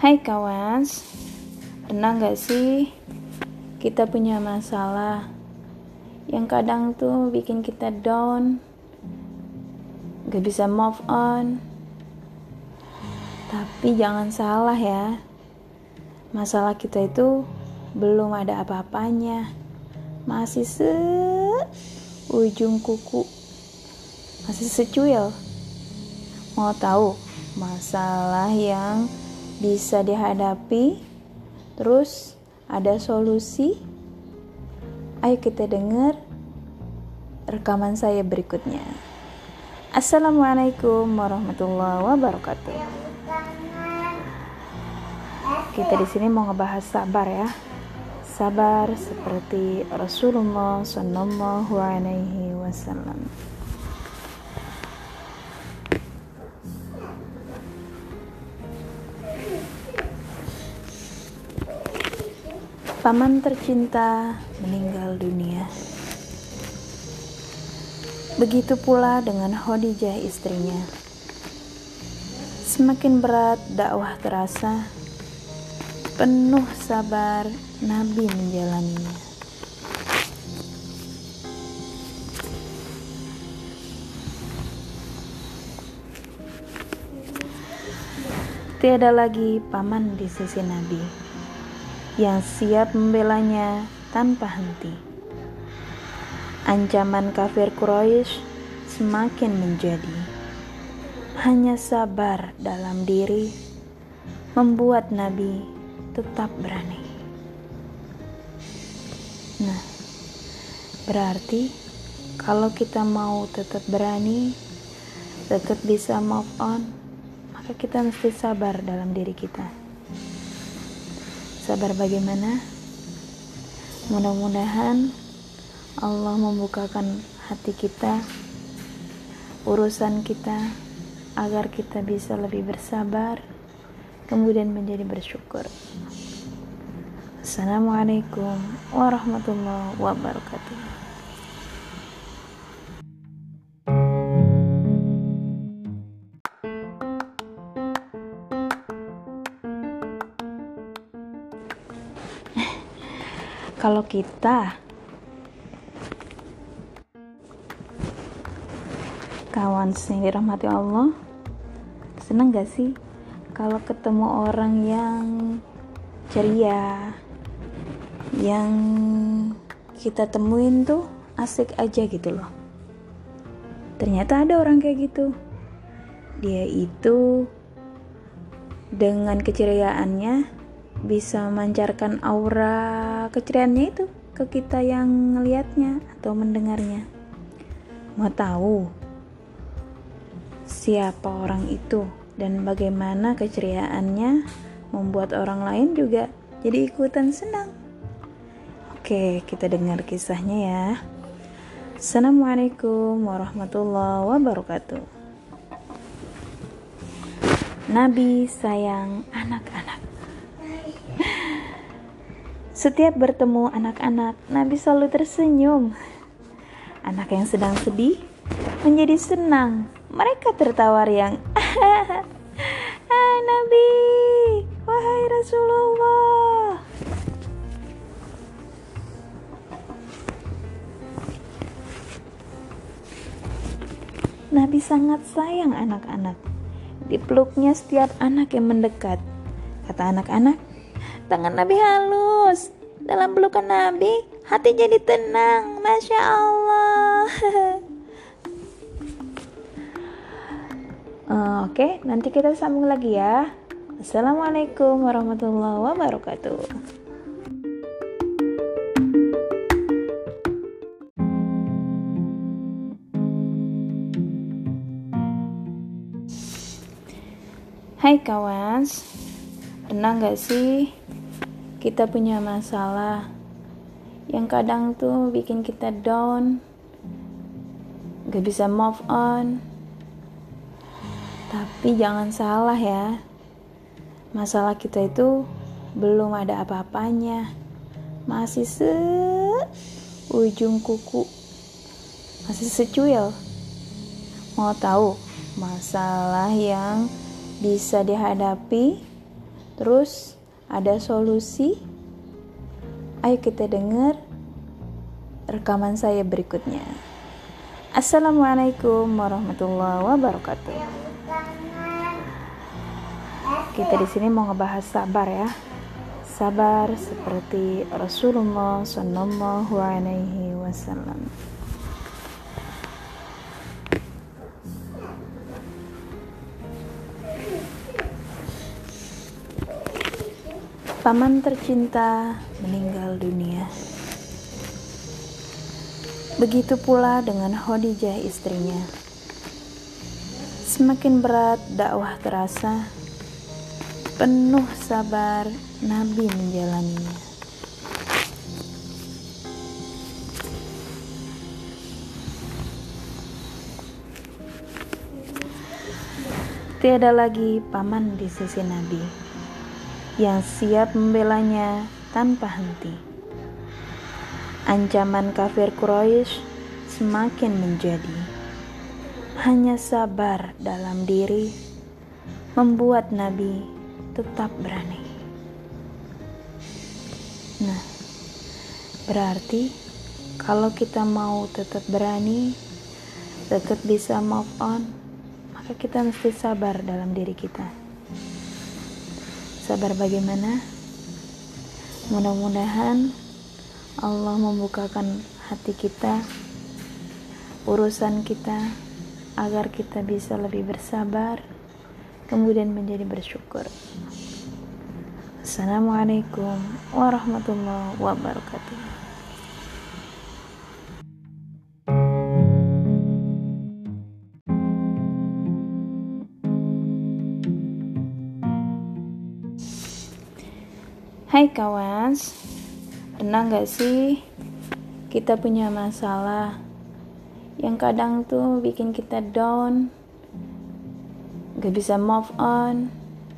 Hai kawan, pernah gak sih kita punya masalah yang kadang tuh bikin kita down, gak bisa move on. Tapi jangan salah ya, masalah kita itu belum ada apa-apanya, masih ujung kuku, masih secuil. Mau tahu masalah yang bisa dihadapi, terus ada solusi? Ayo kita dengar rekaman saya berikutnya. Assalamualaikum warahmatullahi wabarakatuh. Kita di sini mau ngebahas sabar ya. Sabar seperti Rasulullah Sallallahu Alaihi Wasallam. Paman tercinta meninggal dunia. Begitu pula dengan Khadijah istrinya. Semakin berat dakwah terasa, penuh sabar Nabi menjalaninya. Tiada lagi paman di sisi Nabi yang siap membelanya tanpa henti. Ancaman kafir Quraisy semakin menjadi. Hanya sabar dalam diri membuat Nabi tetap berani. Nah, berarti kalau kita mau tetap berani, tetap bisa move on, maka kita mesti sabar dalam diri kita. Sabar bagaimana? Mudah-mudahan Allah membukakan hati kita, urusan kita, agar kita bisa lebih bersabar, kemudian menjadi bersyukur. Assalamualaikum warahmatullahi wabarakatuh. Kalau kita kawan yang dirahmati Allah, seneng gak sih kalau ketemu orang yang ceria, yang kita temuin tuh asik aja gitu loh. Ternyata ada orang kayak gitu. Dia itu dengan keceriaannya bisa memancarkan aura keceriaannya itu ke kita yang ngelihatnya atau mendengarnya. Mau tahu siapa orang itu dan bagaimana keceriaannya membuat orang lain juga jadi ikutan senang? Oke, kita dengar kisahnya ya. Assalamualaikum warahmatullahi wabarakatuh. Nabi sayang anak-anak. Setiap bertemu anak-anak, Nabi selalu tersenyum. Anak yang sedang sedih menjadi senang. Mereka tertawa riang. Nabi, wahai Rasulullah. Nabi sangat sayang anak-anak. Dipeluknya setiap anak yang mendekat. Kata anak-anak, tangan Nabi halus. Dalam pelukan Nabi, hati jadi tenang. Masya Allah. Oke, nanti kita sambung lagi ya. Assalamualaikum warahmatullahi wabarakatuh. Hai kawan, pernah gak sih kita punya masalah yang kadang tuh bikin kita down, gak bisa move on. Tapi jangan salah ya, masalah kita itu belum ada apa-apanya, masih ujung kuku, masih secuil. Mau tahu masalah yang bisa dihadapi, terus ada solusi. Ayo kita dengar rekaman saya berikutnya. Assalamualaikum warahmatullahi wabarakatuh. Kita di sini mau ngebahas sabar ya. Sabar seperti Rasulullah Sallallahu Alaihi Wasallam. Paman tercinta meninggal dunia. Begitu pula dengan Khadijah istrinya. Semakin berat dakwah terasa, penuh sabar Nabi menjalaninya. Tiada lagi paman di sisi Nabi yang siap membelanya tanpa henti. Ancaman kafir Quraisy semakin menjadi. Hanya sabar dalam diri membuat Nabi tetap berani. Nah, berarti kalau kita mau tetap berani, tetap bisa move on, maka kita mesti sabar dalam diri kita. Sabar bagaimana? Mudah-mudahan Allah membukakan hati kita, urusan kita, agar kita bisa lebih bersabar, kemudian menjadi bersyukur. Assalamualaikum warahmatullahi wabarakatuh. Hai kawan, pernah gak sih kita punya masalah yang kadang tuh bikin kita down, gak bisa move on?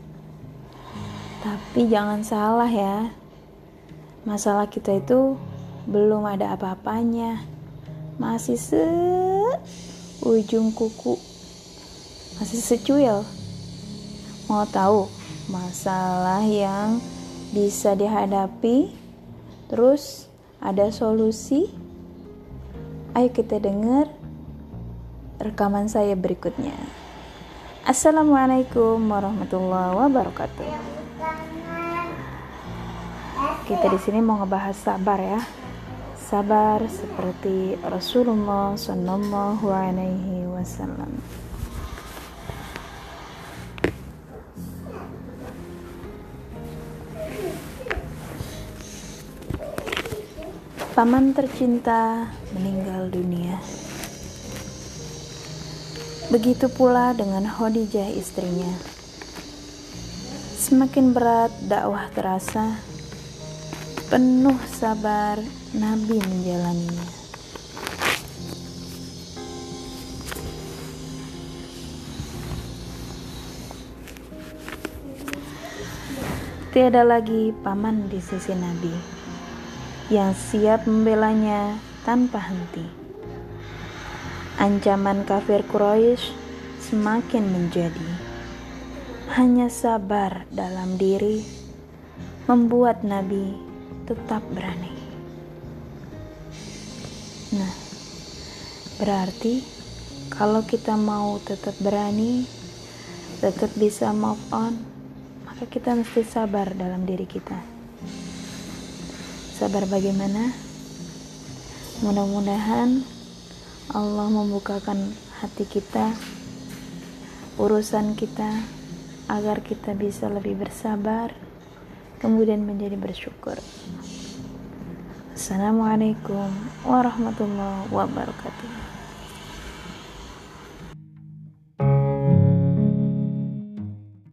Tapi jangan salah ya, masalah kita itu belum ada apa-apanya, masih ujung kuku, masih secuil. Mau tahu masalah yang bisa dihadapi, terus ada solusi? Ayo kita dengar rekaman saya berikutnya. Assalamualaikum warahmatullahi wabarakatuh. Kita di sini mau ngebahas sabar ya. Sabar seperti Rasulullah Sallallahu Alaihi Wasallam. Paman tercinta meninggal dunia. Begitu pula dengan Khadijah istrinya. Semakin berat dakwah terasa, penuh sabar Nabi menjalaninya. Tiada lagi paman di sisi Nabi yang siap membelanya tanpa henti. Ancaman kafir Quraisy semakin menjadi. Hanya sabar dalam diri membuat Nabi tetap berani. Nah, berarti kalau kita mau tetap berani, tetap bisa move on, maka kita mesti sabar dalam diri kita. Sabar bagaimana? Mudah-mudahan Allah membukakan hati kita, urusan kita, agar kita bisa lebih bersabar, kemudian menjadi bersyukur. Assalamualaikum warahmatullahi wabarakatuh.